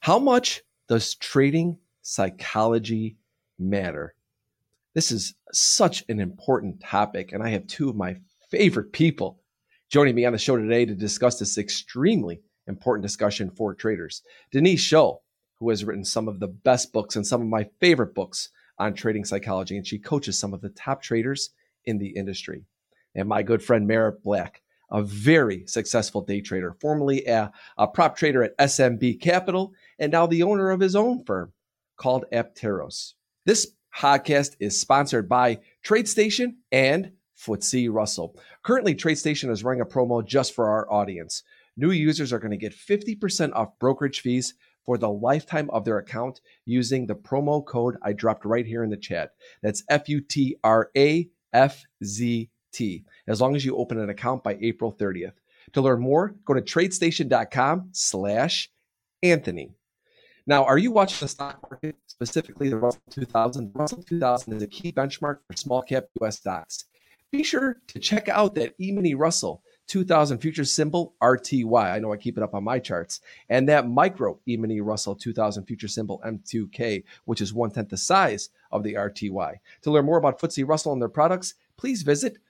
How much does trading psychology matter? This is such an important topic, and I have two of my favorite people joining me on the show today to discuss this extremely important discussion for traders. Denise Shull, who has written some of the best books and some of my favorite books on trading psychology, and she coaches some of the top traders in the industry. And my good friend Merritt Black, a very successful day trader, formerly a prop trader at SMB Capital, and now the owner of his own firm called Apteros. This podcast is sponsored by TradeStation and FTSE Russell. Currently, TradeStation is running a promo just for our audience. New users are going to get 50% off brokerage fees for the lifetime of their account using the promo code I dropped right here in the chat. That's FUTRAFZT, as long as you open an account by April 30th. To learn more, go to tradestation.com/Anthony. Now, are you watching the stock market, specifically the Russell 2000? The Russell 2000 is a key benchmark for small cap U.S. stocks. Be sure to check out that E-mini Russell 2000 futures symbol RTY. I know I keep it up on my charts. And that micro E-mini Russell 2000 future symbol M2K, which is 1/10 the size of the RTY. To learn more about FTSE Russell and their products, please visit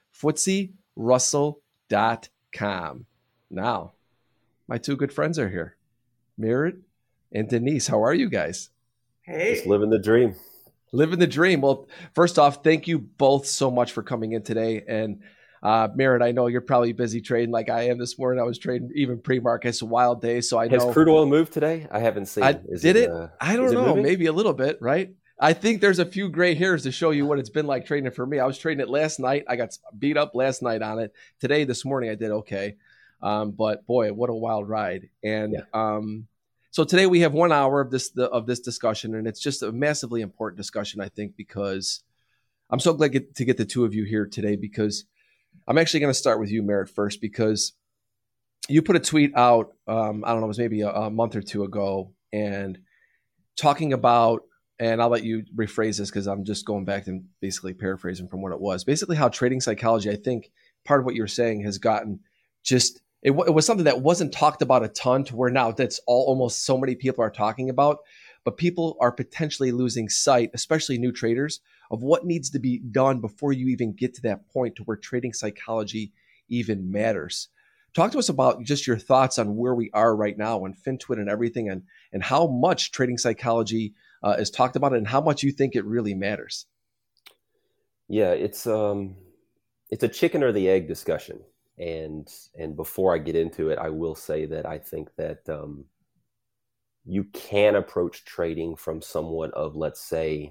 FTSERussell.com. Now, my two good friends are here, Merritt and Denise. How are you guys? Hey. Just living the dream. Living the dream. Well, first off, thank you both so much for coming in today. And Merritt, I know you're probably busy trading like I am this morning. I was trading even pre-market. It's a wild day, so I know. Has crude oil moved today? I haven't seen. I don't know. Moving? Maybe a little bit, right? I think there's a few gray hairs to show you what it's been like trading for me. I was trading it last night. I got beat up last night on it. Today, this morning, I did okay. But boy, what a wild ride. And so today we have 1 hour of this discussion, and it's just a massively important discussion, I think, because I'm so glad to get the two of you here today, because I'm actually going to start with you, Merritt, first, because you put a tweet out, I don't know, it was maybe a month or two ago, and talking about, and I'll let you rephrase this because I'm just going back and basically paraphrasing from what it was, basically how trading psychology, I think part of what you're saying has gotten just, it was something that wasn't talked about a ton to where now that's almost so many people are talking about, but people are potentially losing sight, especially new traders, of what needs to be done before you even get to that point to where trading psychology even matters. Talk to us about just your thoughts on where we are right now and FinTwit and everything, and how much trading psychology is talked about and how much you think it really matters. Yeah, it's a chicken or the egg discussion. And before I get into it, I will say that I think that you can approach trading from somewhat of, let's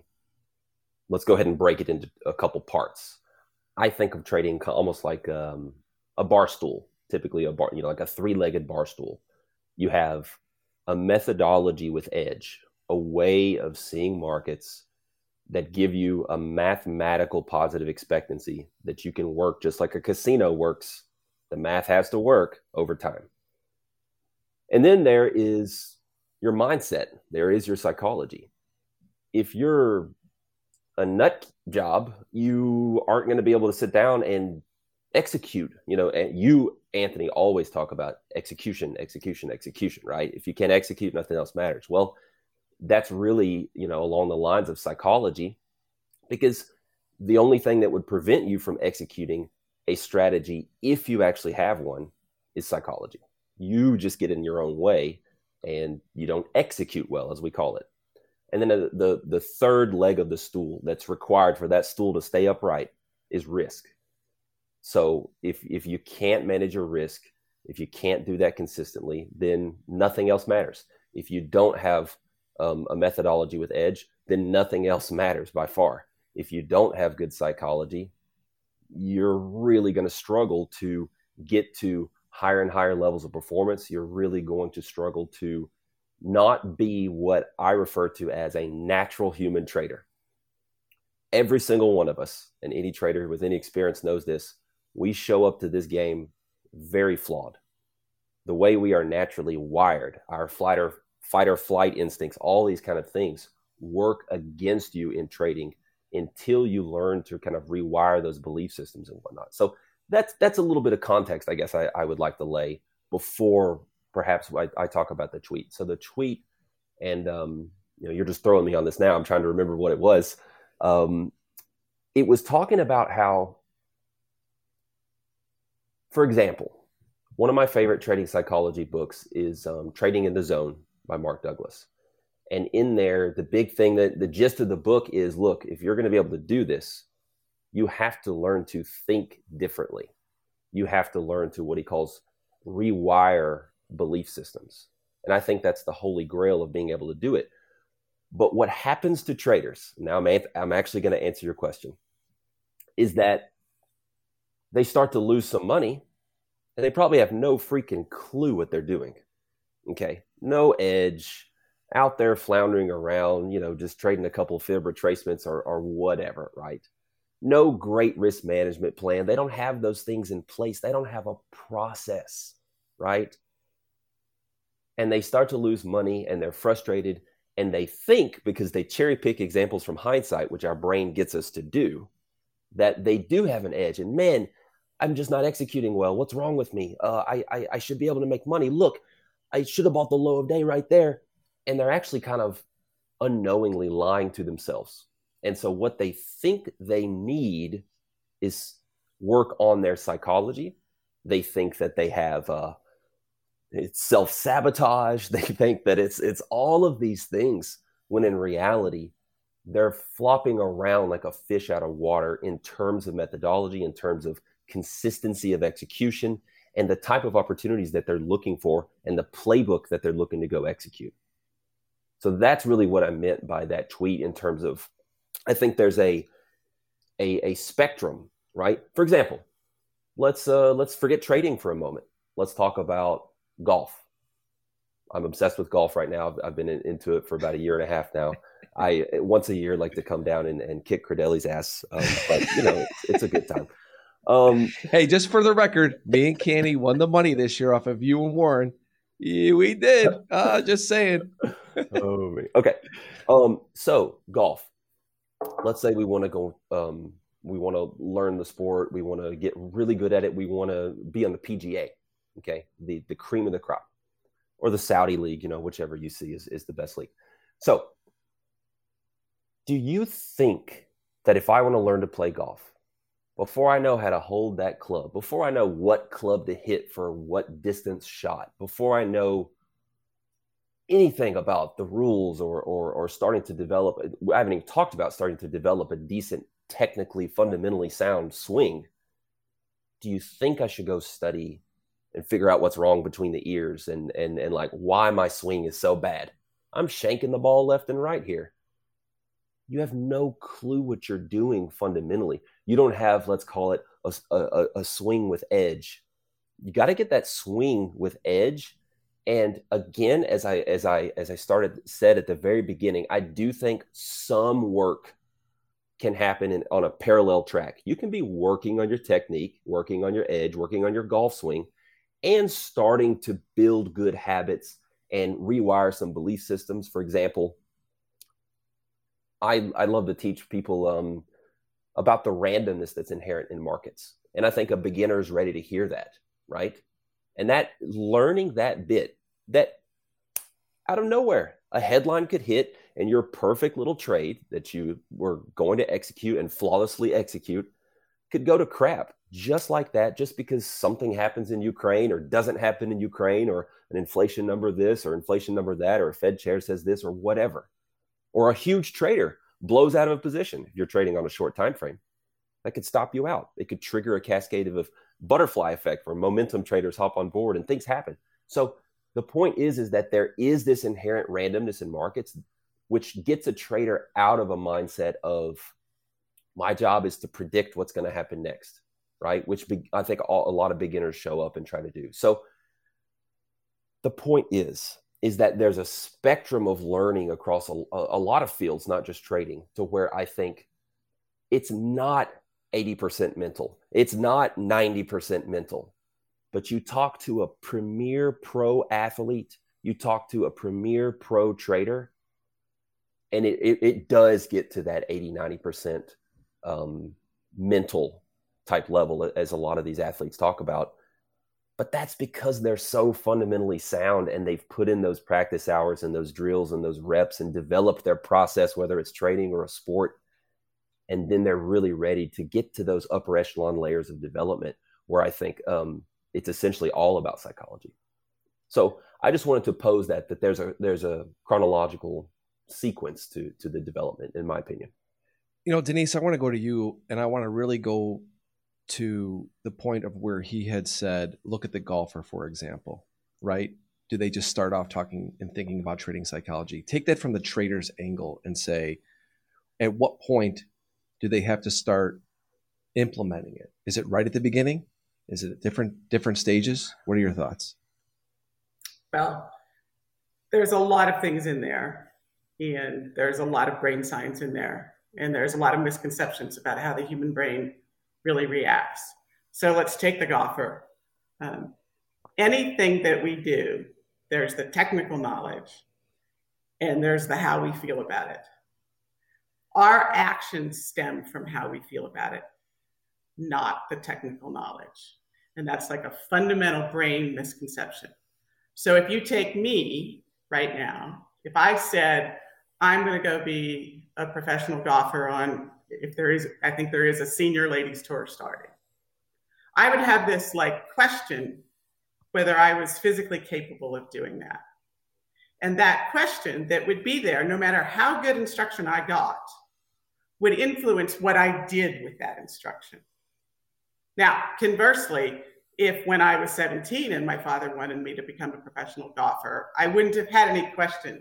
go ahead and break it into a couple parts. I think of trading almost like a bar stool, typically a bar, like a three-legged bar stool. You have a methodology with edge, a way of seeing markets that give you a mathematical positive expectancy that you can work just like a casino works. The math has to work over time. And then there is your mindset. There is your psychology. If you're a nut job, you aren't going to be able to sit down and execute. You, Anthony, always talk about execution, right? If you can't execute, nothing else matters. Well, that's really, along the lines of psychology, because the only thing that would prevent you from executing a strategy, if you actually have one, is psychology. You just get in your own way and you don't execute well, as we call it. And then the third leg of the stool that's required for that stool to stay upright is risk. So if you can't manage your risk, if you can't do that consistently, then nothing else matters. If you don't have a methodology with edge, then nothing else matters by far. If you don't have good psychology, you're really going to struggle to get to higher and higher levels of performance. You're really going to struggle to not be what I refer to as a natural human trader. Every single one of us, and any trader with any experience knows this, we show up to this game very flawed. The way we are naturally wired, our fight or flight instincts, all these kind of things work against you in trading until you learn to kind of rewire those belief systems and whatnot. So that's a little bit of context, I guess I would like to lay before perhaps I talk about the tweet. So the tweet And you're just throwing me on this now. I'm trying to remember what it was. It was talking about how, for example, one of my favorite trading psychology books is Trading in the Zone by Mark Douglas. And in there, the big thing, that the gist of the book is, look, if you're going to be able to do this, you have to learn to think differently. You have to learn to, what he calls, rewire belief systems. And I think that's the holy grail of being able to do it. But what happens to traders, now I'm actually going to answer your question, is that they start to lose some money and they probably have no freaking clue what they're doing. Okay. No edge, out there floundering around, just trading a couple of fib retracements or whatever, right? No great risk management plan. They don't have those things in place. They don't have a process, right? And they start to lose money and they're frustrated, and they think, because they cherry pick examples from hindsight, which our brain gets us to do, that they do have an edge. And man, I'm just not executing well. What's wrong with me? I should be able to make money. Look, I should have bought the low of day right there. And they're actually kind of unknowingly lying to themselves. And so what they think they need is work on their psychology. They think that they have it's self-sabotage. They think that it's all of these things, when in reality, they're flopping around like a fish out of water in terms of methodology, in terms of consistency of execution, and the type of opportunities that they're looking for, and the playbook that they're looking to go execute. So that's really what I meant by that tweet, in terms of, I think there's a spectrum, right? For example, let's forget trading for a moment. Let's talk about golf. I'm obsessed with golf right now. I've been into it for about a year and a half now. I once a year like to come down and kick Credelli's ass, but it's a good time. Hey, just for the record, me and Canny won the money this year off of you and Warren. Yeah, we did. Just saying. Okay. So golf. Let's say we want to go. We want to learn the sport. We want to get really good at it. We want to be on the PGA. Okay, the cream of the crop, or the Saudi League. Whichever you see is the best league. So, do you think that if I want to learn to play golf, before I know how to hold that club, before I know what club to hit for what distance shot, before I know anything about the rules or starting to develop, I haven't even talked about starting to develop a decent, technically, fundamentally sound swing, do you think I should go study and figure out what's wrong between the ears and like why my swing is so bad? I'm shanking the ball left and right here. You have no clue what you're doing fundamentally. You don't have, let's call it a swing with edge. You got to get that swing with edge. And again, as I said at the very beginning, I do think some work can happen on a parallel track. You can be working on your technique, working on your edge, working on your golf swing, and starting to build good habits and rewire some belief systems. For example, I love to teach people about the randomness that's inherent in markets. And I think a beginner is ready to hear that, right? And that learning that bit, that out of nowhere, a headline could hit and your perfect little trade that you were going to execute and flawlessly execute could go to crap just like that, just because something happens in Ukraine or doesn't happen in Ukraine, or an inflation number this or inflation number that, or a Fed chair says this or whatever. Or a huge trader blows out of a position. If you're trading on a short time frame, that could stop you out. It could trigger a cascade of butterfly effect where momentum traders hop on board and things happen. So the point is that there is this inherent randomness in markets, which gets a trader out of a mindset of, my job is to predict what's going to happen next, right? Which I think a lot of beginners show up and try to do. So the point is that there's a spectrum of learning across a lot of fields, not just trading, to where I think it's not 80% mental. It's not 90% mental. But you talk to a premier pro athlete, you talk to a premier pro trader, and it does get to that 80, 90% mental type level, as a lot of these athletes talk about. But that's because they're so fundamentally sound and they've put in those practice hours and those drills and those reps and developed their process, whether it's training or a sport. And then they're really ready to get to those upper echelon layers of development where I think it's essentially all about psychology. So I just wanted to pose that there's a chronological sequence to the development, in my opinion. You know, Denise, I want to go to you, and I want to really go to the point of where he had said, look at the golfer, for example, right? Do they just start off talking and thinking about trading psychology? Take that from the trader's angle and say, at what point do they have to start implementing it? Is it right at the beginning? Is it at different stages? What are your thoughts? Well, there's a lot of things in there, and there's a lot of brain science in there, and there's a lot of misconceptions about how the human brain really reacts. So let's take the golfer. Anything that we do, there's the technical knowledge and there's the how we feel about it. Our actions stem from how we feel about it, not the technical knowledge. And that's like a fundamental brain misconception. So if you take me right now, if I said, I'm going to go be a professional golfer I think there is a senior ladies tour starting, I would have this like question whether I was physically capable of doing that. And that question that would be there, no matter how good instruction I got, would influence what I did with that instruction. Now, conversely, if when I was 17 and my father wanted me to become a professional golfer, I wouldn't have had any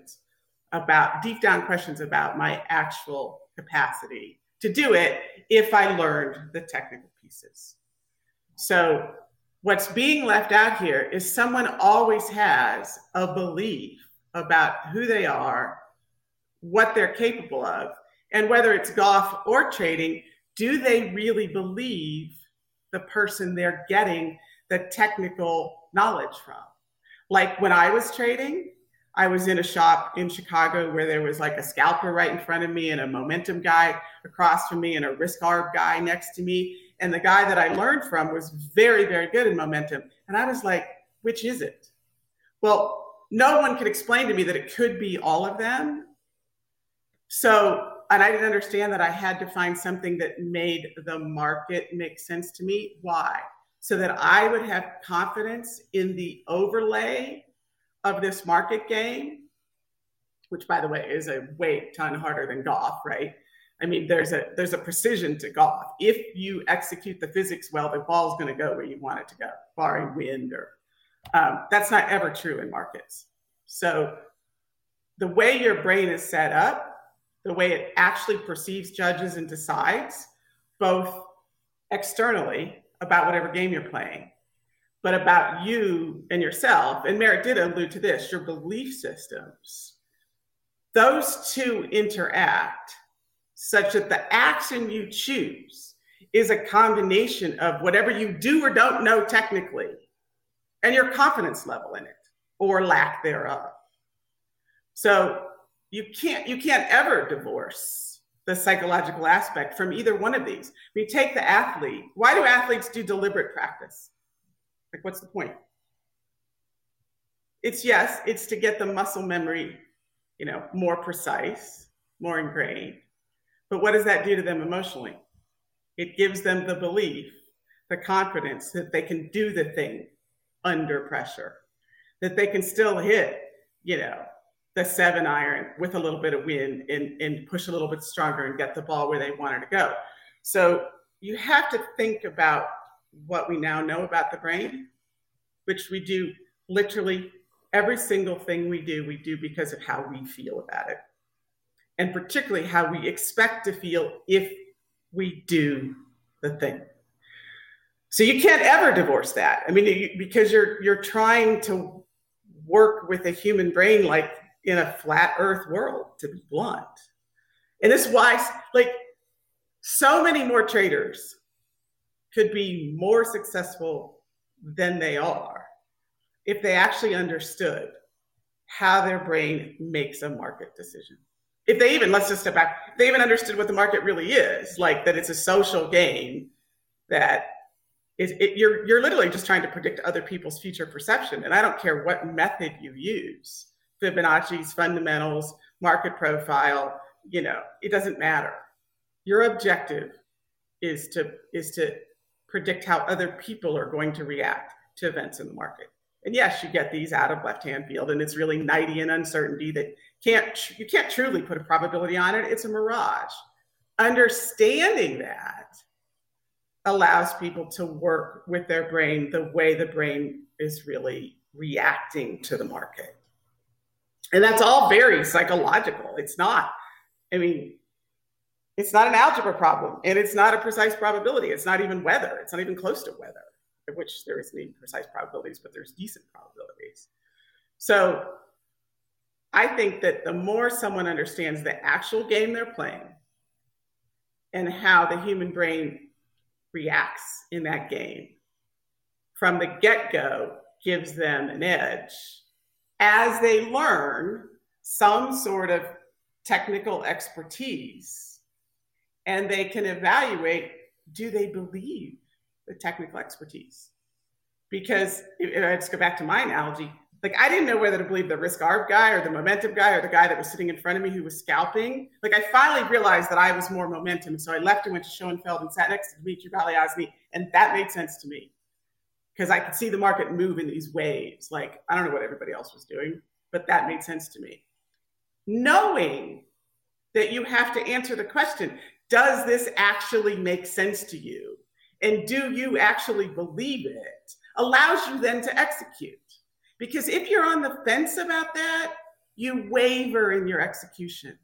deep down questions about my actual capacity to do it if I learned the technical pieces. So what's being left out here is someone always has a belief about who they are, what they're capable of, and whether it's golf or trading, do they really believe the person they're getting the technical knowledge from? Like when I was trading, I was in a shop in Chicago where there was like a scalper right in front of me and a momentum guy across from me and a risk arb guy next to me. And the guy that I learned from was very, very good in momentum. And I was like, which is it? Well, no one could explain to me that it could be all of them. So, and I didn't understand that I had to find something that made the market make sense to me. Why? So that I would have confidence in the overlay of this market game, which by the way is a ton harder than golf, right? I mean, there's a precision to golf. If you execute the physics well, the ball's going to go where you want it to go, barring wind or that's not ever true in markets. So the way your brain is set up, the way it actually perceives, judges, and decides, both externally about whatever game you're playing, but about you and yourself, and Merritt did allude to this, your belief systems, those two interact such that the action you choose is a combination of whatever you do or don't know technically and your confidence level in it or lack thereof. So you can't ever divorce the psychological aspect from either one of these. We take the athlete. Why do athletes do deliberate practice? Like, what's the point? It's to get the muscle memory, more precise, more ingrained. But what does that do to them emotionally? It gives them the belief, the confidence that they can do the thing under pressure, that they can still hit, the 7-iron with a little bit of wind and push a little bit stronger and get the ball where they want it to go. So you have to think about what we now know about the brain, which we do literally every single thing we do because of how we feel about it. And particularly how we expect to feel if we do the thing. So you can't ever divorce that. I mean, because you're trying to work with a human brain like in a flat earth world, to be blunt. And this is why, so many more traders could be more successful than they are if they actually understood how their brain makes a market decision. If they even, let's just step back, they even understood what the market really is, like that it's a social game that You're literally just trying to predict other people's future perception. And I don't care what method you use, Fibonacci's, fundamentals, market profile, it doesn't matter. Your objective is to predict how other people are going to react to events in the market. And yes, you get these out of left-hand field, and it's really Knightian uncertainty that you can't truly put a probability on it. It's a mirage. Understanding that allows people to work with their brain the way the brain is really reacting to the market. And that's all very psychological. It's not an algebra problem, and it's not a precise probability. It's not even weather. It's not even close to weather, which there isn't even precise probabilities, but there's decent probabilities. So I think that the more someone understands the actual game they're playing and how the human brain reacts in that game from the get-go gives them an edge as they learn some sort of technical expertise, and they can evaluate, do they believe the technical expertise? Because let's go back to my analogy. Like, I didn't know whether to believe the risk arb guy or the momentum guy or the guy that was sitting in front of me who was scalping. Like, I finally realized that I was more momentum. So I left and went to Schoenfeld and sat next to Dmitry Balyazny, and that made sense to me because I could see the market move in these waves. Like, I don't know what everybody else was doing, but that made sense to me. Knowing that you have to answer the question, does this actually make sense to you? And do you actually believe it? Allows you then to execute. Because if you're on the fence about that, you waver in your execution.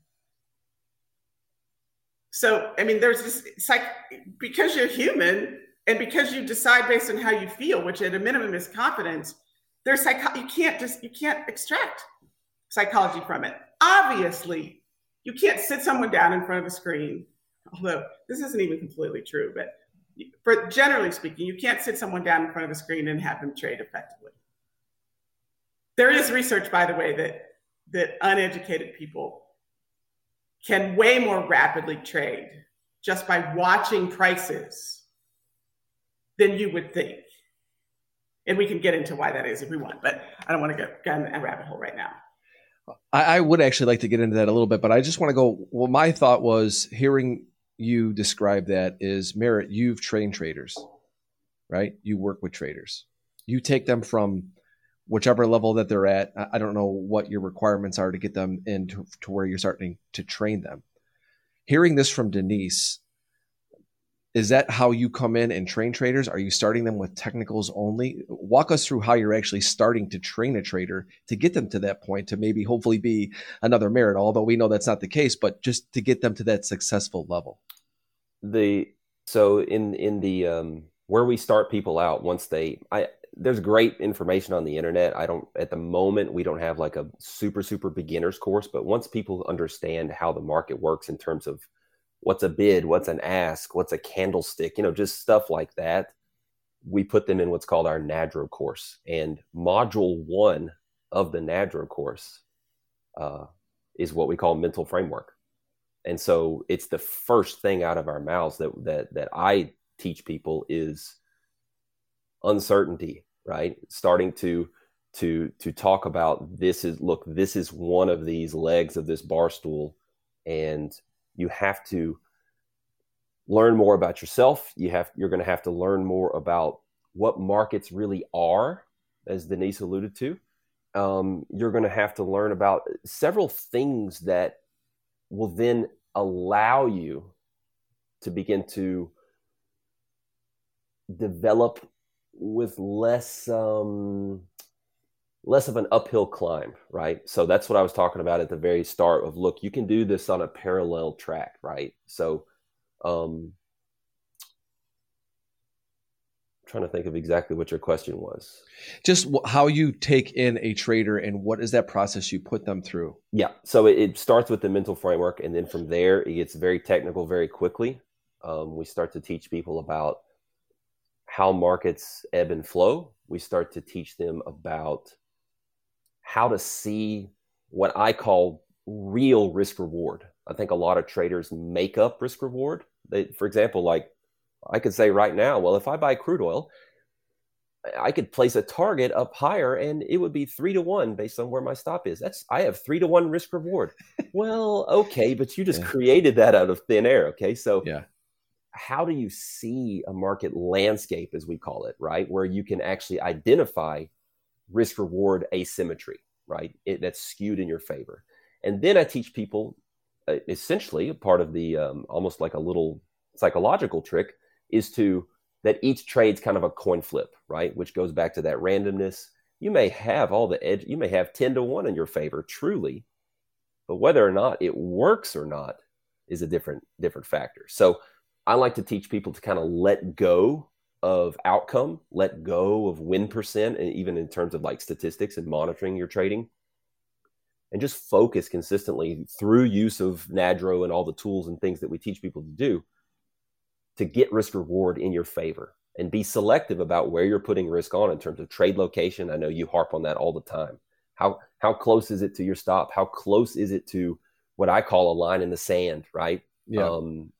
So, there's this, it's like, because you're human and because you decide based on how you feel, which at a minimum is confidence, you can't extract psychology from it. Obviously, you can't sit someone down in front of a screen, although this isn't even completely true, but generally speaking, you can't sit someone down in front of a screen and have them trade effectively. There is research, by the way, that uneducated people can way more rapidly trade just by watching prices than you would think. And we can get into why that is if we want, but I don't want to go down a rabbit hole right now. I would actually like to get into that a little bit, but I just want to go, well, my thought was hearing you describe that is, Merritt, you've trained traders, right? You work with traders. You take them from whichever level that they're at. I don't know what your requirements are to get them into to where you're starting to train them. Hearing this from Denise, is that how you come in and train traders? Are you starting them with technicals only? Walk us through how you're actually starting to train a trader to get them to that point to maybe hopefully be another Merritt, although we know that's not the case, but just to get them to that successful level. So in the where we start people out once there's great information on the internet. At the moment, we don't have like a super beginner's course, but once people understand how the market works in terms of what's a bid, what's an ask, what's a candlestick, just stuff like that, we put them in what's called our NADRO course. And module 1 of the NADRO course is what we call mental framework. And so it's the first thing out of our mouths that I teach people is uncertainty, right? Starting to talk about this is one of these legs of this bar stool, and you have to learn more about yourself. You're going to have to learn more about what markets really are, as Denise alluded to. You're going to have to learn about several things that will then allow you to begin to develop with less of an uphill climb, right? So that's what I was talking about at the very start of, look, you can do this on a parallel track, right? So trying to think of exactly what your question was. Just how you take in a trader and what is that process you put them through? Yeah. So it starts with the mental framework, and then from there it gets very technical very quickly. We start to teach people about how markets ebb and flow. We start to teach them about how to see what I call real risk reward. I think a lot of traders make up risk reward. For example, like I could say right now, well, if I buy crude oil, I could place a target up higher and it would be 3-1 based on where my stop is. I have 3-1 risk reward. Well, okay, but you just created that out of thin air. Okay. So how do you see a market landscape, as we call it, right? Where you can actually identify risk reward asymmetry, right? That's skewed in your favor. And then I teach people essentially a part of the almost like a little psychological trick is that each trade's kind of a coin flip, right? Which goes back to that randomness. You may have all the edge, you may have 10-1 in your favor, truly, but whether or not it works or not is a different factor. So I like to teach people to kind of let go of outcome, let go of win percent, and even in terms of like statistics and monitoring your trading, and just focus consistently through use of NADRO and all the tools and things that we teach people to do to get risk reward in your favor, and be selective about where you're putting risk on in terms of trade location. I know you harp on that all the time. How close is it to your stop? How close is it to what I call a line in the sand, right? Yeah.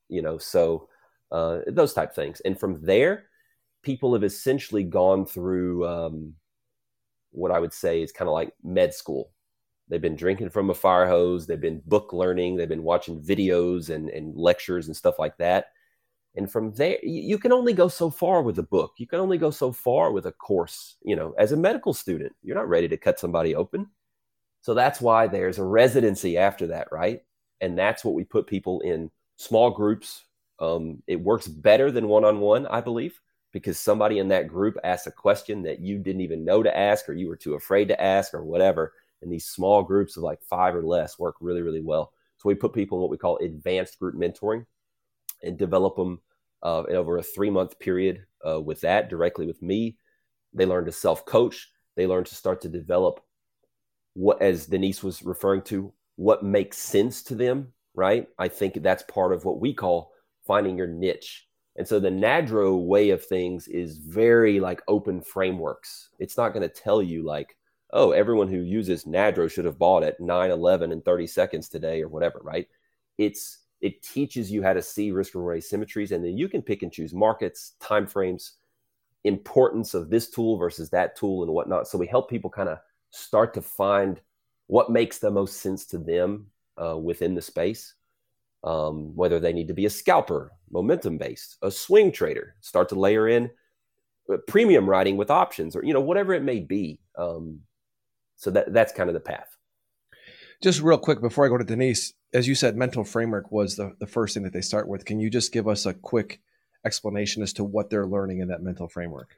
Those type things. And from there, people have essentially gone through what I would say is kind of like med school. They've been drinking from a fire hose. They've been book learning. They've been watching videos and lectures and stuff like that. And from there, you can only go so far with a book. You can only go so far with a course. As a medical student, you're not ready to cut somebody open. So that's why there's a residency after that, right? And that's what we put people in small groups. It works better than one-on-one, I believe, because somebody in that group asks a question that you didn't even know to ask, or you were too afraid to ask, or whatever. And these small groups of like 5 or less work really, really well. So we put people in what we call advanced group mentoring and develop them over a 3-month period with that directly with me. They learn to self-coach. They learn to start to develop what, as Denise was referring to, what makes sense to them, right? I think that's part of what we call finding your niche. And so the NADRO way of things is very like open frameworks. It's not going to tell you like, oh, everyone who uses NADRO should have bought at 9:11 and 30 seconds today or whatever, right? It teaches you how to see risk reward asymmetries, and then you can pick and choose markets, timeframes, importance of this tool versus that tool and whatnot. So we help people kind of start to find what makes the most sense to them within the space, whether they need to be a scalper, momentum-based, a swing trader, start to layer in premium writing with options, or whatever it may be. So that's kind of the path. Just real quick before I go to Denise, as you said, mental framework was the first thing that they start with. Can you just give us a quick explanation as to what they're learning in that mental framework?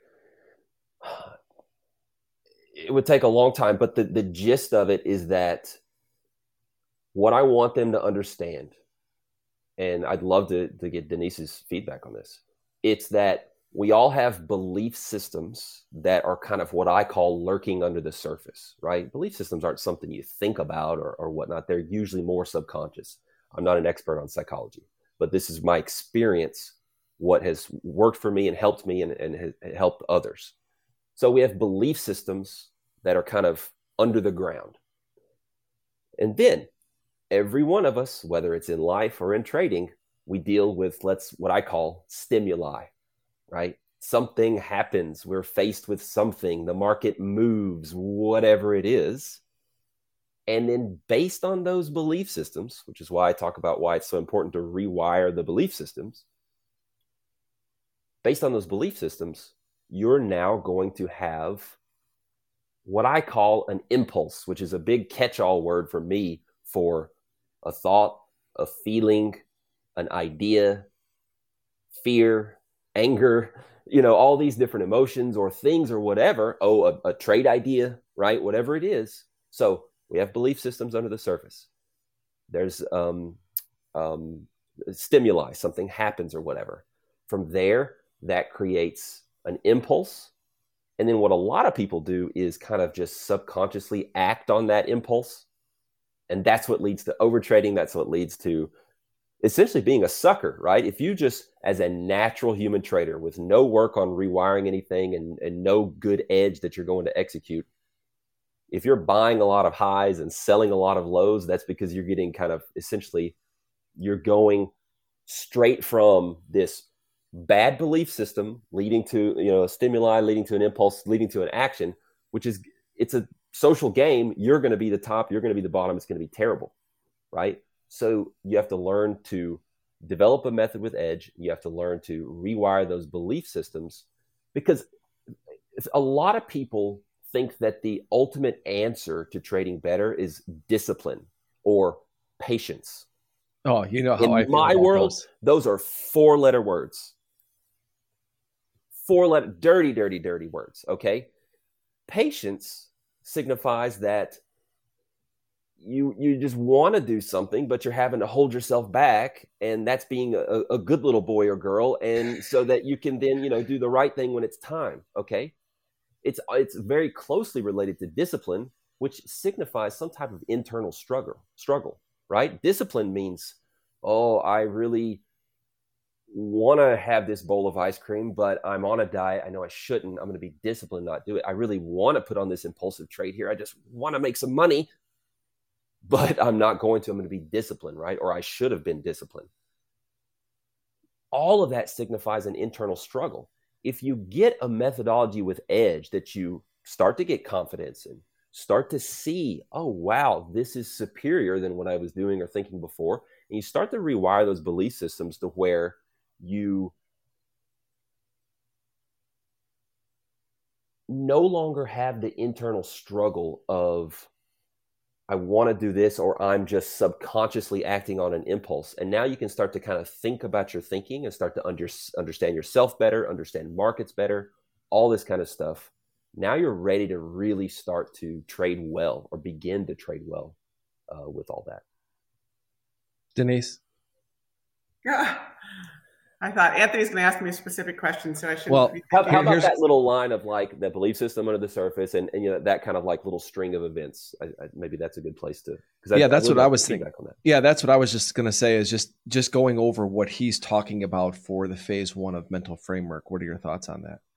It would take a long time, but the gist of it is that what I want them to understand, and I'd love to get Denise's feedback on this, it's that we all have belief systems that are kind of what I call lurking under the surface, right? Belief systems aren't something you think about or whatnot. They're usually more subconscious. I'm not an expert on psychology, but this is my experience, what has worked for me and helped me and has helped others. So we have belief systems that are kind of under the ground. And then every one of us, whether it's in life or in trading, we deal with what I call stimuli. Right? Something happens. We're faced with something. The market moves, whatever it is. And then based on those belief systems, which is why I talk about why it's so important to rewire the belief systems. Based on those belief systems, you're now going to have what I call an impulse, which is a big catch-all word for me for a thought, a feeling, an idea, fear, anger, all these different emotions or things or whatever. Oh, a trade idea, right? Whatever it is. So we have belief systems under the surface. There's stimuli, something happens or whatever. From there, that creates an impulse. And then what a lot of people do is kind of just subconsciously act on that impulse. And that's what leads to overtrading. That's what leads to essentially being a sucker, right? If you just, as a natural human trader with no work on rewiring anything and no good edge that you're going to execute, if you're buying a lot of highs and selling a lot of lows, that's because you're getting kind of essentially, you're going straight from this bad belief system leading to, a stimuli, leading to an impulse, leading to an action, which is, it's a social game. You're going to be the top, you're going to be the bottom. It's going to be terrible, right? So you have to learn to develop a method with edge. You have to learn to rewire those belief systems, because a lot of people think that the ultimate answer to trading better is discipline or patience. Oh, you know how in my world, those are 4-letter words. 4-letter, dirty, dirty, dirty words. Okay. Patience signifies that you just want to do something, but you're having to hold yourself back. And that's being a good little boy or girl. And so that you can then, do the right thing when it's time. Okay. It's very closely related to discipline, which signifies some type of internal struggle, right? Discipline means, oh, I really want to have this bowl of ice cream, but I'm on a diet. I know I shouldn't. I'm going to be disciplined, not do it. I really want to put on this impulsive trade here. I just want to make some money, but I'm not going to. I'm going to be disciplined, right? Or I should have been disciplined. All of that signifies an internal struggle. If you get a methodology with edge that you start to get confidence in, start to see, oh, wow, this is superior than what I was doing or thinking before. And you start to rewire those belief systems to where you no longer have the internal struggle of, I want to do this, or I'm just subconsciously acting on an impulse. And now you can start to kind of think about your thinking and start to understand yourself better, understand markets better, all this kind of stuff. Now you're ready to really start to trade well, or begin to trade well with all that. Denise? Yeah. I thought Anthony's going to ask me a specific question, so I shouldn't. Well, how about that little line of like the belief system under the surface, and that kind of like little string of events? Maybe that's a good place to. That's what I was thinking. Yeah, that's what I was just going to say, is just going over what he's talking about for the phase 1 of mental framework. What are your thoughts on that?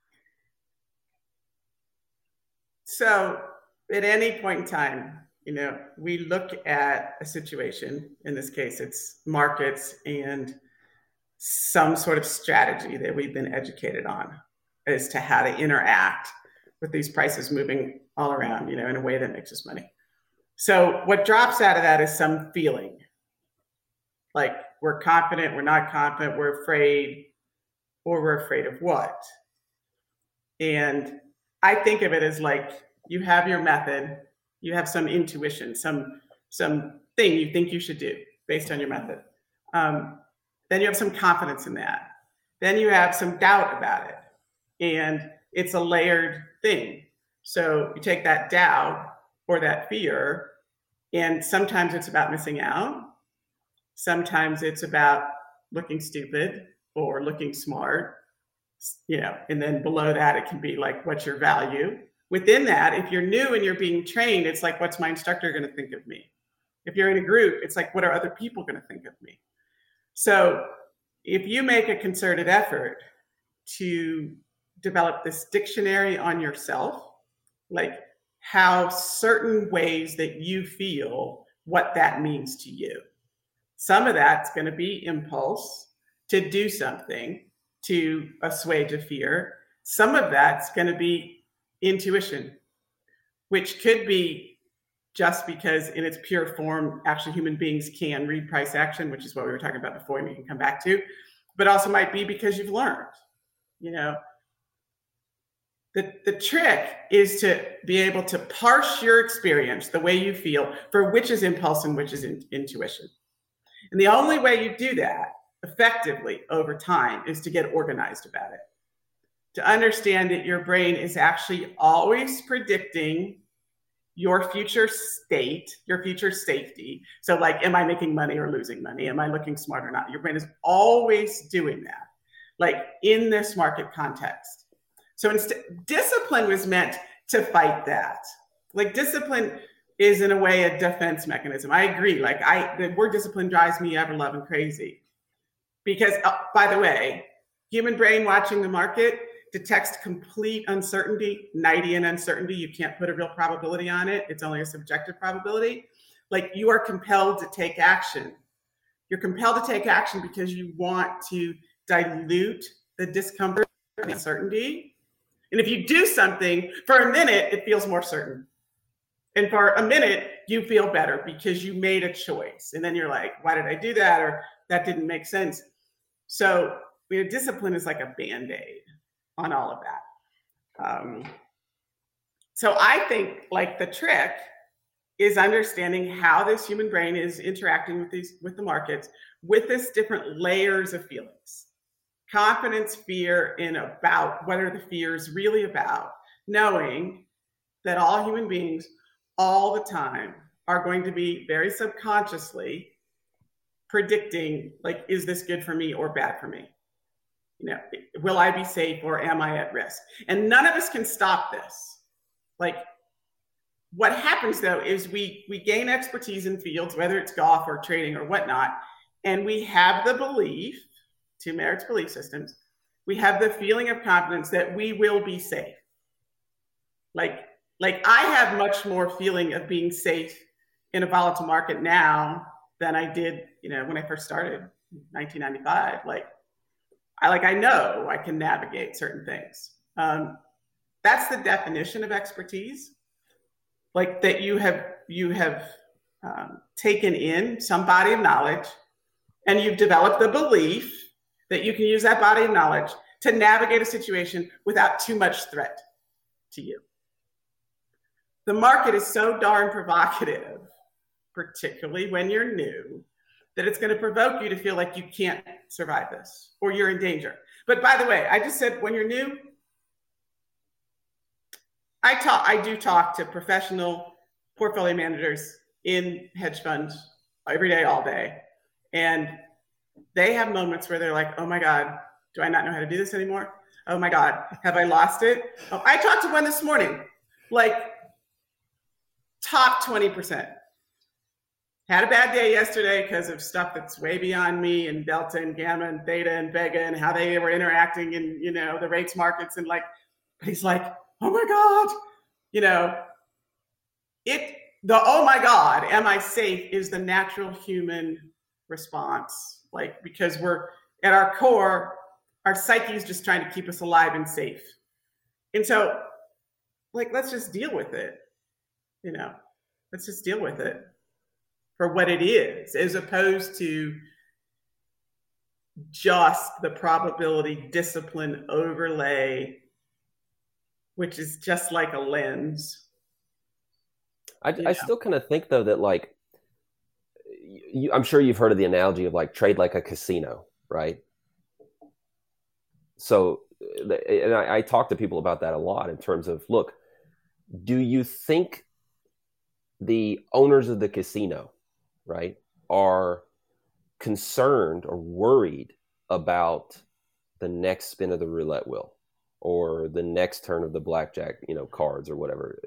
So, at any point in time, we look at a situation. In this case, it's markets and some sort of strategy that we've been educated on as to how to interact with these prices moving all around, in a way that makes us money. So what drops out of that is some feeling. Like we're confident, we're not confident, we're afraid, or we're afraid of what? And I think of it as like you have your method, you have some intuition, some thing you think you should do based on your method. Then you have some confidence in that. Then you have some doubt about it. And it's a layered thing. So you take that doubt or that fear, and sometimes it's about missing out. Sometimes it's about looking stupid or looking smart, and then below that, it can be like, what's your value? Within that, if you're new and you're being trained, it's like, what's my instructor going to think of me? If you're in a group, it's like, what are other people going to think of me? So if you make a concerted effort to develop this dictionary on yourself, like how certain ways that you feel, what that means to you. Some of that's going to be impulse to do something to assuage a fear. Some of that's going to be intuition, which could be just because in its pure form, actually human beings can read price action, which is what we were talking about before and we can come back to, but also might be because you've learned. The trick is to be able to parse your experience, the way you feel, for which is impulse and which is intuition. And the only way you do that effectively over time is to get organized about it. To understand that your brain is actually always predicting your future state, your future safety. So like, am I making money or losing money? Am I looking smart or not? Your brain is always doing that, like in this market context. So discipline was meant to fight that. Like discipline is in a way a defense mechanism. I agree. Like the word discipline drives me ever loving crazy. Because by the way, human brain watching the market detects complete uncertainty, Knightian uncertainty. You can't put a real probability on it. It's only a subjective probability. Like you are compelled to take action. You're compelled to take action because you want to dilute the discomfort and uncertainty. And if you do something for a minute, it feels more certain. And for a minute, you feel better because you made a choice. And then you're like, why did I do that? Or that didn't make sense. So discipline is like a Band-Aid on all of that. So I think like the trick is understanding how this human brain is interacting with the markets with this different layers of feelings. Confidence, fear, and about what are the fears really about, knowing that all human beings all the time are going to be very subconsciously predicting, like, is this good for me or bad for me? Will I be safe or am I at risk? And none of us can stop this. Like, what happens though is we gain expertise in fields, whether it's golf or trading or whatnot, and we have the belief, to Merritt's belief systems, we have the feeling of confidence that we will be safe. Like I have much more feeling of being safe in a volatile market now than I did, when I first started in 1995. I know I can navigate certain things. That's the definition of expertise. Like that you have taken in some body of knowledge and you've developed the belief that you can use that body of knowledge to navigate a situation without too much threat to you. The market is so darn provocative, particularly when you're new, that it's going to provoke you to feel like you can't survive this or you're in danger. But by the way, I just said when you're new, I do talk to professional portfolio managers in hedge funds every day, all day. And they have moments where they're like, oh my God, do I not know how to do this anymore? Oh my God, have I lost it? Oh, I talked to one this morning, like top 20%. Had a bad day yesterday because of stuff that's way beyond me and Delta and Gamma and Theta and Vega and how they were interacting in, the rates markets. And he's like, oh my God, oh my God, am I safe is the natural human response. Because we're at our core, our psyche is just trying to keep us alive and safe. And so let's just deal with it. Let's just deal with it for what it is, as opposed to just the probability discipline overlay, which is just like a lens. I still kind of think though that I'm sure you've heard of the analogy of trade like a casino, right? So, and I talk to people about that a lot in terms of, look, do you think the owners of the casino, right, are concerned or worried about the next spin of the roulette wheel or the next turn of the blackjack, cards or whatever?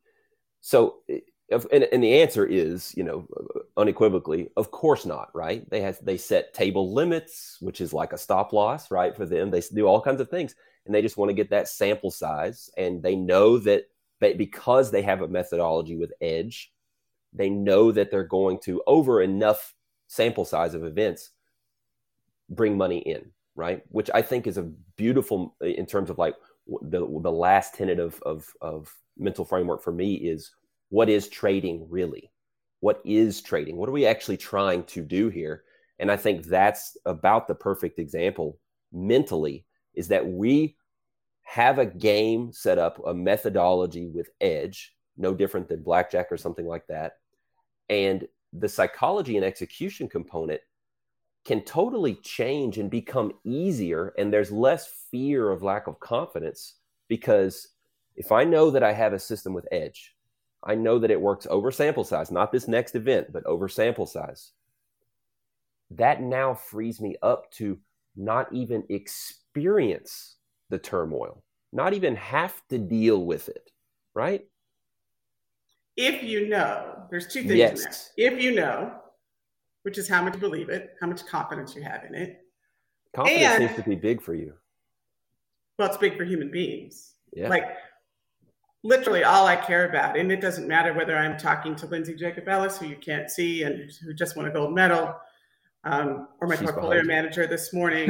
And the answer is, unequivocally, of course not, right? They set table limits, which is like a stop loss, right? For them, they do all kinds of things, and they just want to get that sample size. And they know that because they have a methodology with edge, they know that they're going to, over enough sample size of events, bring money in, right? Which I think is a beautiful, in terms of the last tenet of mental framework for me is, what is trading really? What is trading? What are we actually trying to do here? And I think that's about the perfect example mentally, is that we have a game set up, a methodology with edge, no different than blackjack or something like that. And the psychology and execution component can totally change and become easier. And there's less fear of lack of confidence, because if I know that I have a system with edge, I know that it works over sample size, not this next event, but over sample size. That now frees me up to not even experience the turmoil, not even have to deal with it, right? If there's two things Yes. in there. If which is how much you believe it, how much confidence you have in it. Confidence seems to be big for you. Well, it's big for human beings. Yeah. Literally all I care about, and it doesn't matter whether I'm talking to Lindsay Jacob-Ellis, who you can't see and who just won a gold medal, or my portfolio manager this morning,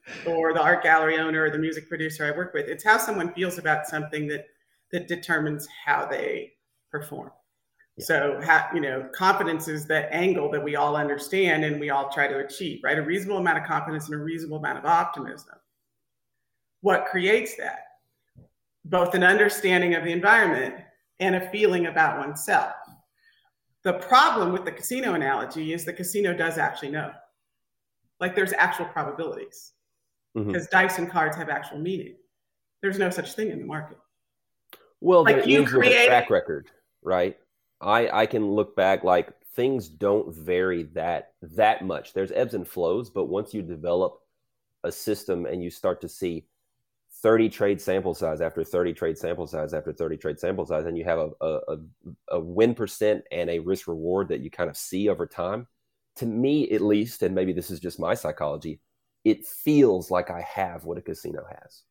or the art gallery owner or the music producer I work with. It's how someone feels about something that determines how they perform. Yeah. So, confidence is the angle that we all understand and we all try to achieve, right? A reasonable amount of confidence and a reasonable amount of optimism. What creates that? Both an understanding of the environment and a feeling about oneself. The problem with the casino analogy is the casino does actually know. Like there's actual probabilities because dice and cards have actual meaning. There's no such thing in the market. Well, like you create a track record, right? I can look back, like things don't vary that much. There's ebbs and flows, but once you develop a system and you start to see 30 trade sample size after 30 trade sample size after 30 trade sample size, and you have a win percent and a risk reward that you kind of see over time, to me at least, and maybe this is just my psychology, it feels like I have what a casino has.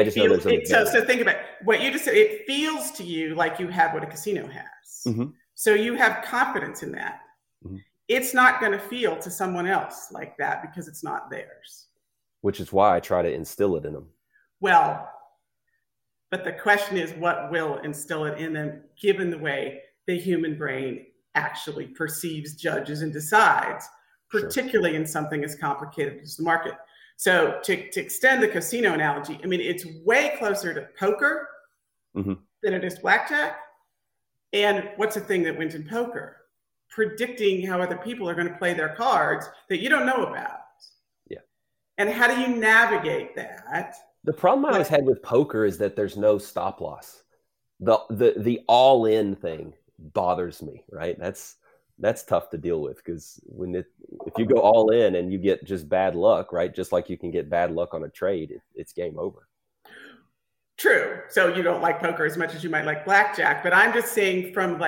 So think about it. What you just said. It feels to you like you have what a casino has. Mm-hmm. So you have confidence in that. Mm-hmm. It's not going to feel to someone else like that because it's not theirs. Which is why I try to instill it in them. Well, but the question is, what will instill it in them, given the way the human brain actually perceives, judges, and decides, particularly in something as complicated as the market. So to extend the casino analogy, I mean, it's way closer to poker than it is blackjack. And what's the thing that wins in poker? Predicting how other people are going to play their cards that you don't know about. Yeah. And how do you navigate that? The problem I always had with poker is that there's no stop loss. The all-in thing bothers me, right? That's tough to deal with because if you go all in and you get just bad luck, right? Just like you can get bad luck on a trade, it's game over. True. So you don't like poker as much as you might like blackjack, but I'm just saying from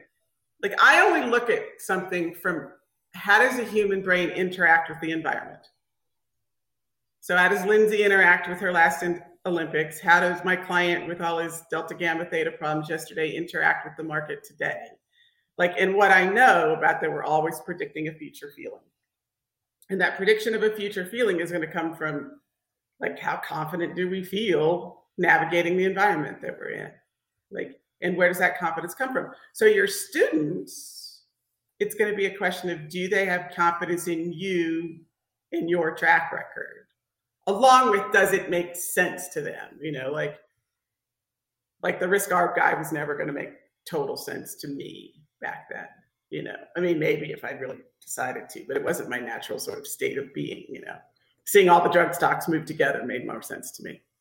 I only look at something from how does a human brain interact with the environment? So how does Lindsay interact with her last Olympics? How does my client with all his delta gamma theta problems yesterday interact with the market today? And what I know about that, we're always predicting a future feeling. And that prediction of a future feeling is going to come from how confident do we feel navigating the environment that we're in? And where does that confidence come from? So your students, it's going to be a question of, do they have confidence in you and your track record? Along with, does it make sense to them? The risk arb guy was never going to make total sense to me back then, I mean, maybe if I'd really decided to, but it wasn't my natural sort of state of being, seeing all the drug stocks move together made more sense to me.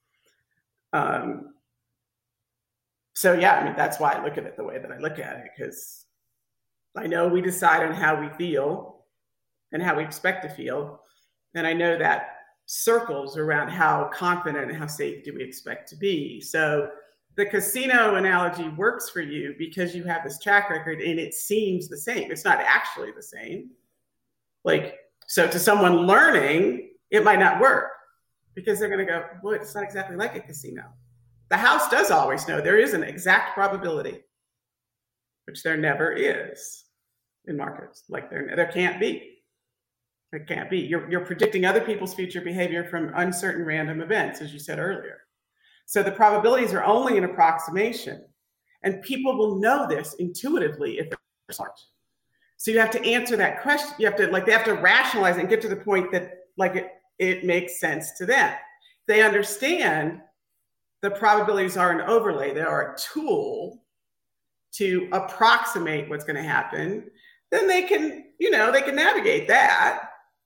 So yeah, I mean, that's why I look at it the way that I look at it, because I know we decide on how we feel and how we expect to feel. And I know that circles around how confident and how safe do we expect to be. So the casino analogy works for you because you have this track record and it seems the same. It's not actually the same. So to someone learning, it might not work because they're going to go, well, it's not exactly like a casino. The house does always know there is an exact probability, which there never is in markets. There can't be. It can't be. You're predicting other people's future behavior from uncertain random events, as you said earlier. So the probabilities are only an approximation, and people will know this intuitively if they're smart. So you have to answer that question. You have to they have to rationalize it and get to the point that it makes sense to them. They understand the probabilities are an overlay. They are a tool to approximate what's going to happen. Then they can navigate that.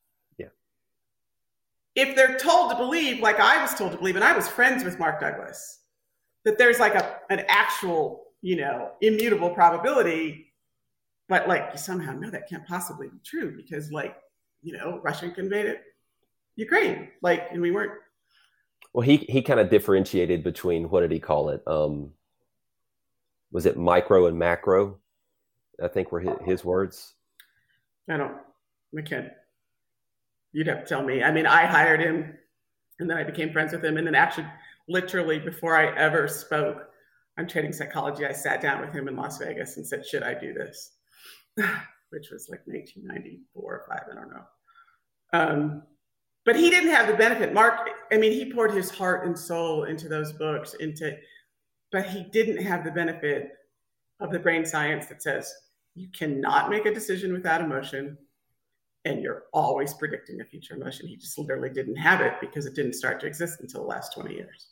If they're told to believe, like I was told to believe, and I was friends with Mark Douglas, that there's an actual, immutable probability, but you somehow know that can't possibly be true because Russia invaded Ukraine, and we weren't. Well, he kind of differentiated between, what did he call it? Was it micro and macro? I think were his words. We can't. You'd have to tell me. I mean, I hired him and then I became friends with him. And then actually, literally before I ever spoke on trading psychology, I sat down with him in Las Vegas and said, should I do this? Which was 1994 or 5, I don't know. But he didn't have the benefit. Mark, I mean, he poured his heart and soul into those books, but he didn't have the benefit of the brain science that says you cannot make a decision without emotion, and you're always predicting a future emotion. He just literally didn't have it because it didn't start to exist until the last 20 years.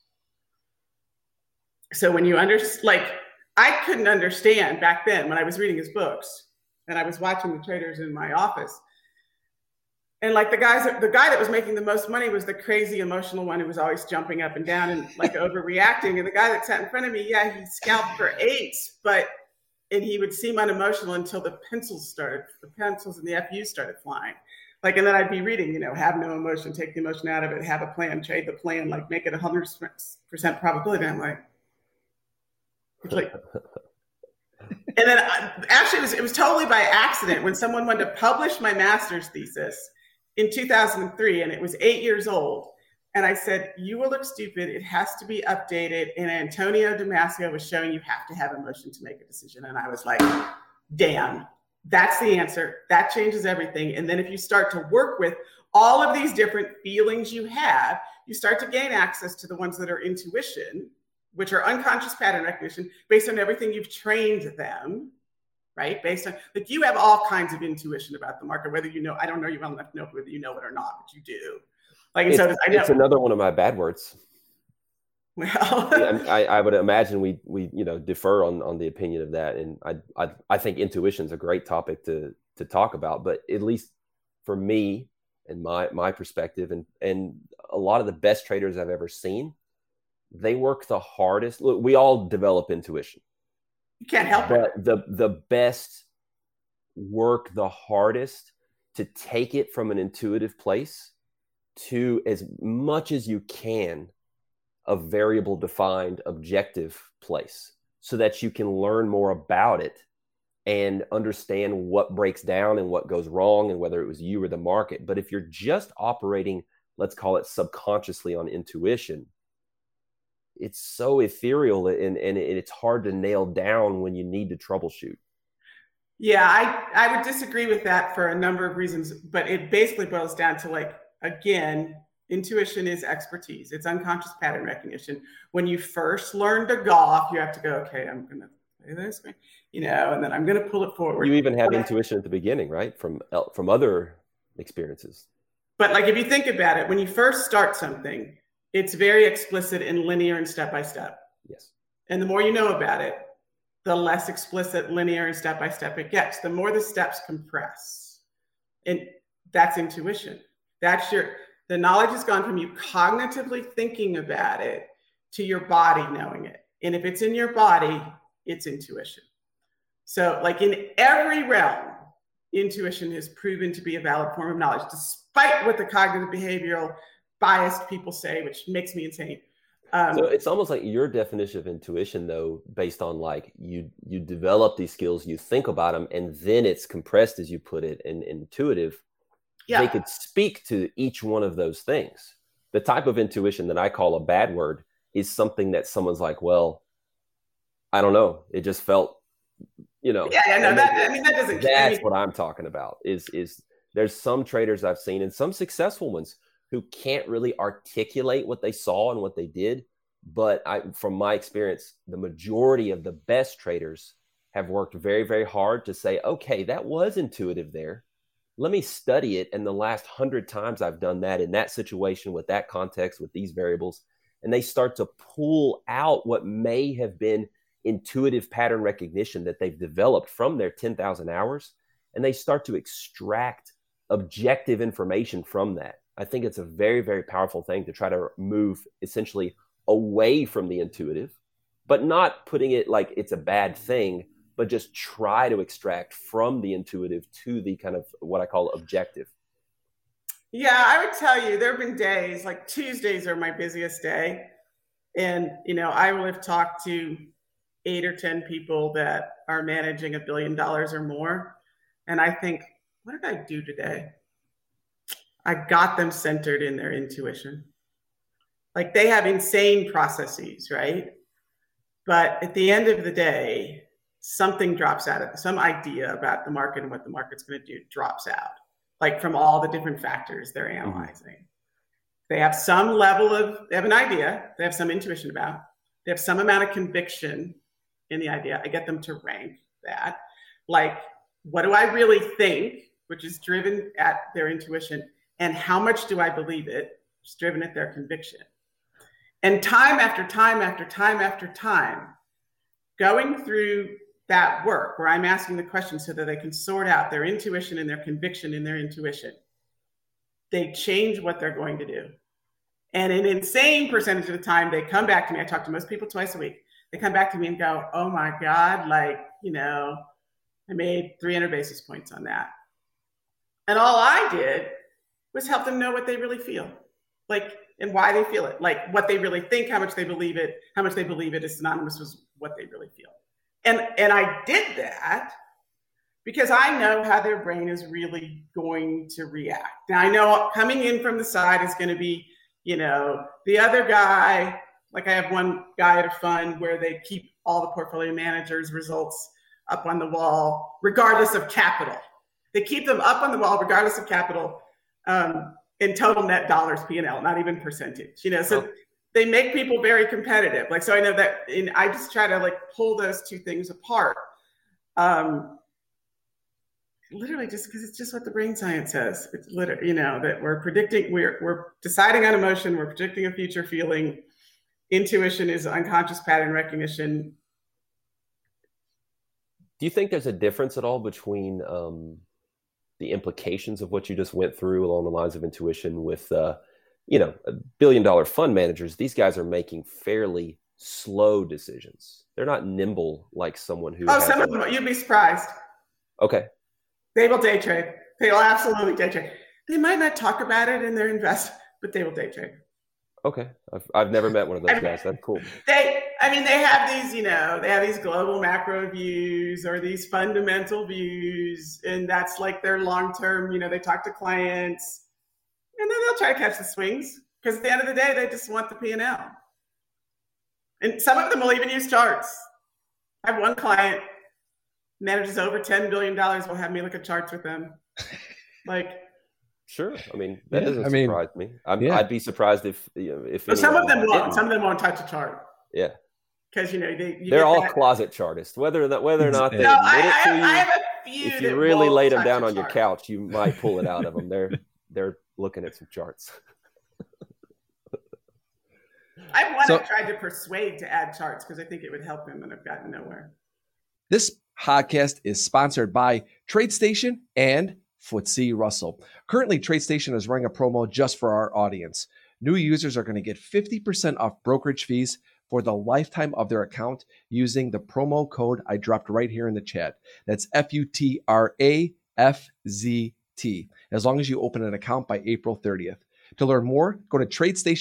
So when you I couldn't understand back then when I was reading his books and I was watching the traders in my office. And like the guy that was making the most money was the crazy emotional one who was always jumping up and down and like overreacting. And the guy that sat in front of me, yeah, he scalped for 8s, and he would seem unemotional until the pencils and the FUs started flying. Like, and then I'd be reading, have no emotion, take the emotion out of it, have a plan, trade the plan, like make it 100% probability. And I'm like, and then actually it was totally by accident when someone wanted to publish my master's thesis in 2003, and it was 8 years old. And I said, you will look stupid. It has to be updated. And Antonio Damasio was showing you have to have emotion to make a decision. And I was like, damn, that's the answer. That changes everything. And then if you start to work with all of these different feelings you have, you start to gain access to the ones that are intuition, which are unconscious pattern recognition based on everything you've trained them, right? Based on, like, you have all kinds of intuition about the market, whether I don't know you well enough to know whether you know it or not, but you do. Like, and it's another one of my bad words. Well, I would imagine we defer on the opinion of that, and I think intuition is a great topic to talk about. But at least for me and my perspective, and a lot of the best traders I've ever seen, they work the hardest. Look, we all develop intuition. You can't help it. But the best work the hardest to take it from an intuitive place to, as much as you can, a variable defined objective place, so that you can learn more about it and understand what breaks down and what goes wrong and whether it was you or the market. But if you're just operating, let's call it subconsciously on intuition, it's so ethereal and it's hard to nail down when you need to troubleshoot. Yeah, I would disagree with that for a number of reasons, but it basically boils down to, like, again, intuition is expertise. It's unconscious pattern recognition. When you first learn to golf, you have to go, okay, I'm going to play this, and then I'm going to pull it forward. You even have intuition at the beginning, right? From other experiences. But like, if you think about it, when you first start something, it's very explicit and linear and step-by-step. Yes. And the more you know about it, the less explicit, linear, and step-by-step it gets. The more the steps compress. And that's intuition. The knowledge has gone from you cognitively thinking about it to your body knowing it. And if it's in your body, it's intuition. So, like, in every realm, intuition has proven to be a valid form of knowledge, despite what the cognitive behavioral biased people say, which makes me insane. So it's almost like your definition of intuition, though, based on, like, you develop these skills, you think about them, and then it's compressed, as you put it, and intuitive. Yeah. They could speak to each one of those things. The type of intuition that I call a bad word is something that someone's like, well, I don't know. It just felt, Yeah, no, that doesn't. That's what I'm talking about. Is there's some traders I've seen, and some successful ones, who can't really articulate what they saw and what they did. But from my experience, the majority of the best traders have worked very, very hard to say, okay, that was intuitive there. Let me study it. And the last 100 times I've done that in that situation, with that context, with these variables, and they start to pull out what may have been intuitive pattern recognition that they've developed from their 10,000 hours. And they start to extract objective information from that. I think it's a very, very powerful thing to try to move essentially away from the intuitive, but not putting it like it's a bad thing, but just try to extract from the intuitive to the kind of what I call objective. Yeah, I would tell you, there have been days, like Tuesdays are my busiest day. And, I will have talked to 8 or 10 people that are managing $1 billion or more. And I think, what did I do today? I got them centered in their intuition. Like, they have insane processes, right? But at the end of the day, something drops out of it. Some idea about the market and what the market's going to do drops out, like, from all the different factors they're analyzing. They have some level of, they have an idea, they have some intuition about, they have some amount of conviction in the idea. I get them to rank that. Like, what do I really think, which is driven at their intuition, and how much do I believe it, which is driven at their conviction. And time after time after time after time, going through that work where I'm asking the questions so that they can sort out their intuition and their conviction in their intuition, they change what they're going to do. And an insane percentage of the time, they come back to me. I talk to most people twice a week. They come back to me and go, oh my God, like, you know, I made 300 basis points on that. And all I did was help them know what they really feel, like, and why they feel it, like what they really think, how much they believe it is synonymous with what they really feel. And I did that because I know how their brain is really going to react. Now I know coming in from the side is going to be, you know, the other guy, like I have one guy at a fund where they keep all the portfolio managers' results up on the wall, regardless of capital. They keep them up on the wall, regardless of capital, in total net dollars P&L, not even percentage, you know, so they make people very competitive. Like, so I know that I just try to like pull those two things apart. Literally just because it's just what the brain science says. It's literally, you know, that we're predicting, we're deciding on emotion, we're predicting a future feeling. Intuition is unconscious pattern recognition. Do you think there's a difference at all between the implications of what you just went through along the lines of intuition with, you know, $1 billion fund managers? These guys are making fairly slow decisions. They're not nimble like someone who. Oh, some of them, you'd be surprised. Okay. They will day trade. They will absolutely day trade. They might not talk about it in their invest, but they will day trade. Okay. I've never met one of those guys. That's cool. They have these, you know, they have these global macro views or these fundamental views, and that's like their long-term, you know, they talk to clients, and then they'll try to catch the swings because at the end of the day, they just want the P&L. And some of them will even use charts. I have one client manages over $10 billion. Will have me look at charts with them. Like, sure. I mean, that doesn't surprise me. I'd be surprised if some of them won't. Some of them won't touch a chart. Yeah. Because, you know, they're all closet chartists. Whether or not they admit it to you, I have a few. If you really laid them down on your couch, you might pull it out of them. They're looking at some charts. I've one I tried to persuade to add charts because I think it would help him, and I've gotten nowhere. This podcast is sponsored by TradeStation and FTSE Russell. Currently, TradeStation is running a promo just for our audience. New users are going to get 50% off brokerage fees for the lifetime of their account using the promo code I dropped right here in the chat. That's FUTRAFZT, as long as you open an account by April 30th. To learn more, go to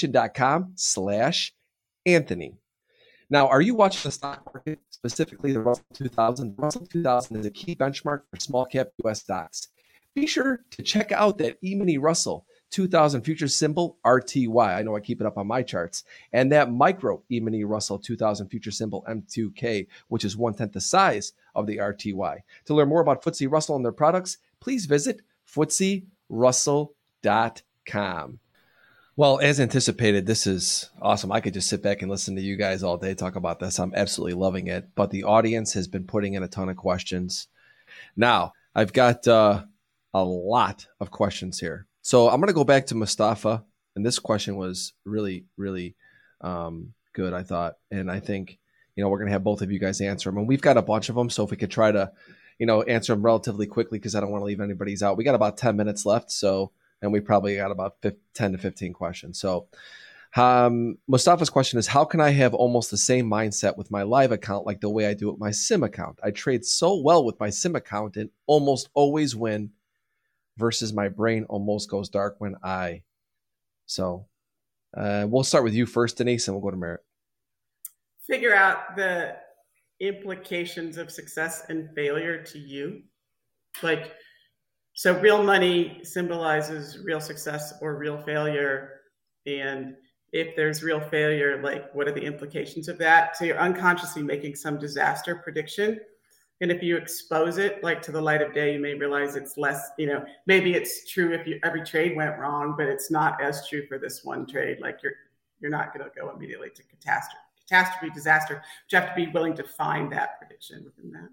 tradestation.com/Anthony. Now, are you watching the stock market, specifically the Russell 2000? The Russell 2000 is a key benchmark for small cap US stocks. Be sure to check out that E-mini Russell 2000 futures symbol RTY. I know I keep it up on my charts. And that micro E-mini Russell 2000 future symbol M2K, which is 1/10 the size of the RTY. To learn more about FTSE Russell and their products, please visit FTSERussell.com. Well, as anticipated, this is awesome. I could just sit back and listen to you guys all day talk about this. I'm absolutely loving it. But the audience has been putting in a ton of questions. Now, I've got a lot of questions here. So I'm going to go back to Mustafa. And this question was really, really good, I thought. And I think, you know, we're going to have both of you guys answer them. And we've got a bunch of them. So if we could try to, you know, answer them relatively quickly, because I don't want to leave anybody's out. We got about 10 minutes left. So, and we probably got about 10 to 15 questions. So Mustafa's question is, how can I have almost the same mindset with my live account like the way I do with my sim account? I trade so well with my sim account and almost always win versus my brain almost goes dark when I. So we'll start with you first, Denise, and we'll go to Merritt. Figure out the implications of success and failure to you. Like, so real money symbolizes real success or real failure. And if there's real failure, like, what are the implications of that? So you're unconsciously making some disaster prediction And if you expose it like to the light of day, you may realize it's less, maybe it's true if every trade went wrong, but it's not as true for this one trade. Like you're not going to go immediately to catastrophe, disaster. But you have to be willing to find that prediction within that.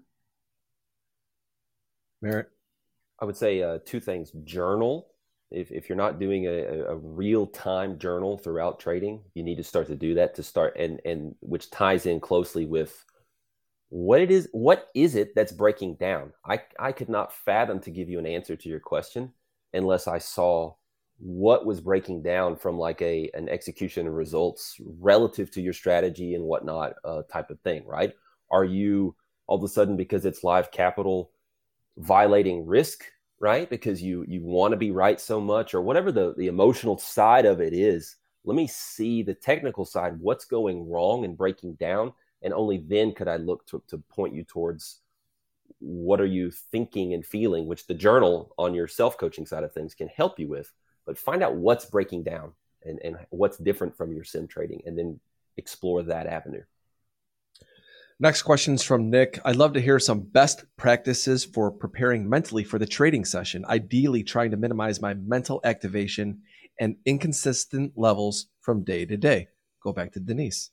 Merritt? I would say two things. Journal. If you're not doing a real-time journal throughout trading, you need to start to do that to start, and which ties in closely with what is it that's breaking down. I could not fathom to give you an answer to your question unless I saw what was breaking down from like an execution and results relative to your strategy and whatnot type of thing, right? Are you all of a sudden, because it's live capital, violating risk, right? Because you want to be right so much, or whatever the emotional side of it is. Let me see the technical side, what's going wrong and breaking down. And only then could I look to point you towards what are you thinking and feeling, which the journal on your self-coaching side of things can help you with. But find out what's breaking down and what's different from your sim trading, and then explore that avenue. Next question's from Nick. I'd love to hear some best practices for preparing mentally for the trading session, ideally trying to minimize my mental activation and inconsistent levels from day to day. Go back to Denise.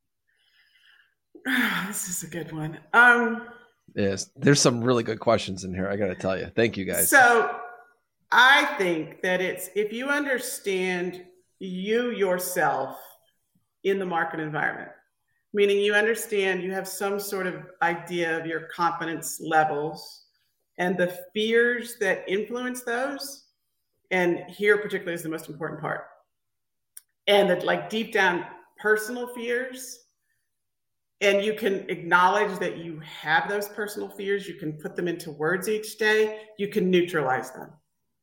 This is a good one. Yes, there's some really good questions in here, I got to tell you. Thank you, guys. So I think that if you understand you yourself in the market environment, meaning you understand you have some sort of idea of your confidence levels and the fears that influence those, and here particularly is the most important part, and that like deep down personal fears, and you can acknowledge that you have those personal fears, you can put them into words each day, you can neutralize them.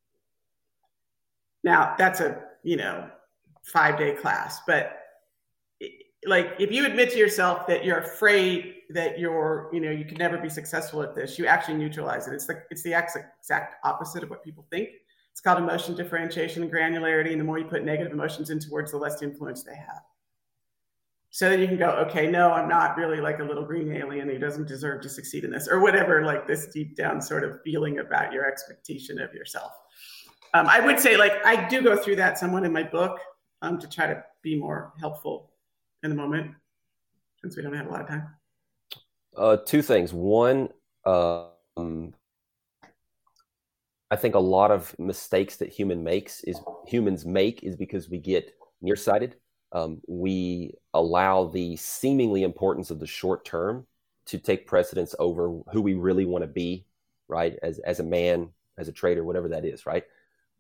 Now that's a 5-day class, but like if you admit to yourself that you're afraid that you can never be successful at this, you actually neutralize it. It's the exact opposite of what people think. It's called emotion differentiation and granularity. And the more you put negative emotions into words, the less influence they have. So then you can go, okay, no, I'm not really like a little green alien who doesn't deserve to succeed in this, or whatever, like this deep down sort of feeling about your expectation of yourself. I would say, like, I do go through that somewhat in my book to try to be more helpful in the moment, since we don't have a lot of time. Two things. One, I think a lot of mistakes that humans make is because we get nearsighted. We allow the seemingly importance of the short term to take precedence over who we really want to be, right? As a man, as a trader, whatever that is, right?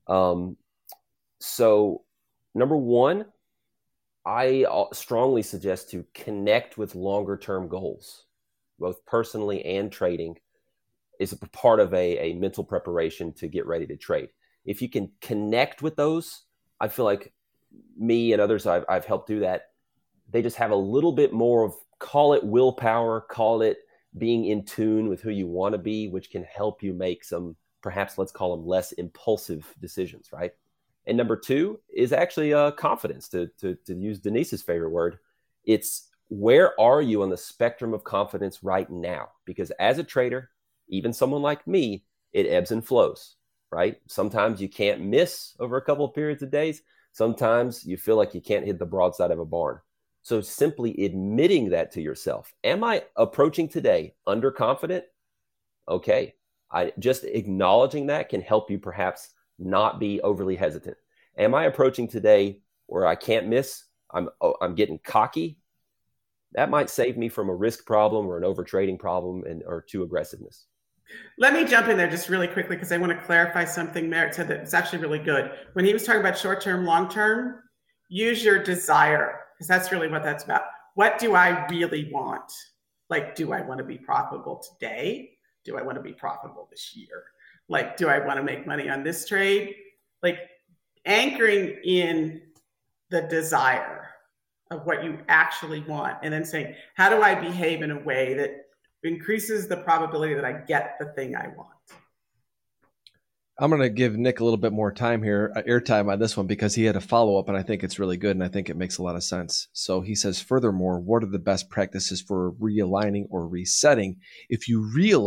So number one, I strongly suggest to connect with longer term goals, both personally and trading, is a part of a mental preparation to get ready to trade. If you can connect with those, I feel like me and others I've helped do that, they just have a little bit more of, call it willpower, call it being in tune with who you want to be, which can help you make some, perhaps let's call them less impulsive decisions, right? And number two is actually confidence, to use Denise's favorite word. It's where are you on the spectrum of confidence right now? Because as a trader, even someone like me, it ebbs and flows, right? Sometimes you can't miss over a couple of periods of days. Sometimes you feel like you can't hit the broadside of a barn. So simply admitting that to yourself. Am I approaching today underconfident? Okay. Just acknowledging that can help you perhaps not be overly hesitant. Am I approaching today where I can't miss? I'm getting cocky. That might save me from a risk problem or an overtrading problem or too aggressiveness. Let me jump in there just really quickly because I want to clarify something Merritt said that it's actually really good. When he was talking about short-term, long-term, use your desire, because that's really what that's about. What do I really want? Like, do I want to be profitable today? Do I want to be profitable this year? Like, do I want to make money on this trade? Like, anchoring in the desire of what you actually want, and then saying, how do I behave in a way that increases the probability that I get the thing I want? I'm going to give Nick a little bit more time here, airtime on this one, because he had a follow-up, and I think it's really good, and I think it makes a lot of sense. So he says, furthermore, what are the best practices for realigning or resetting if you realize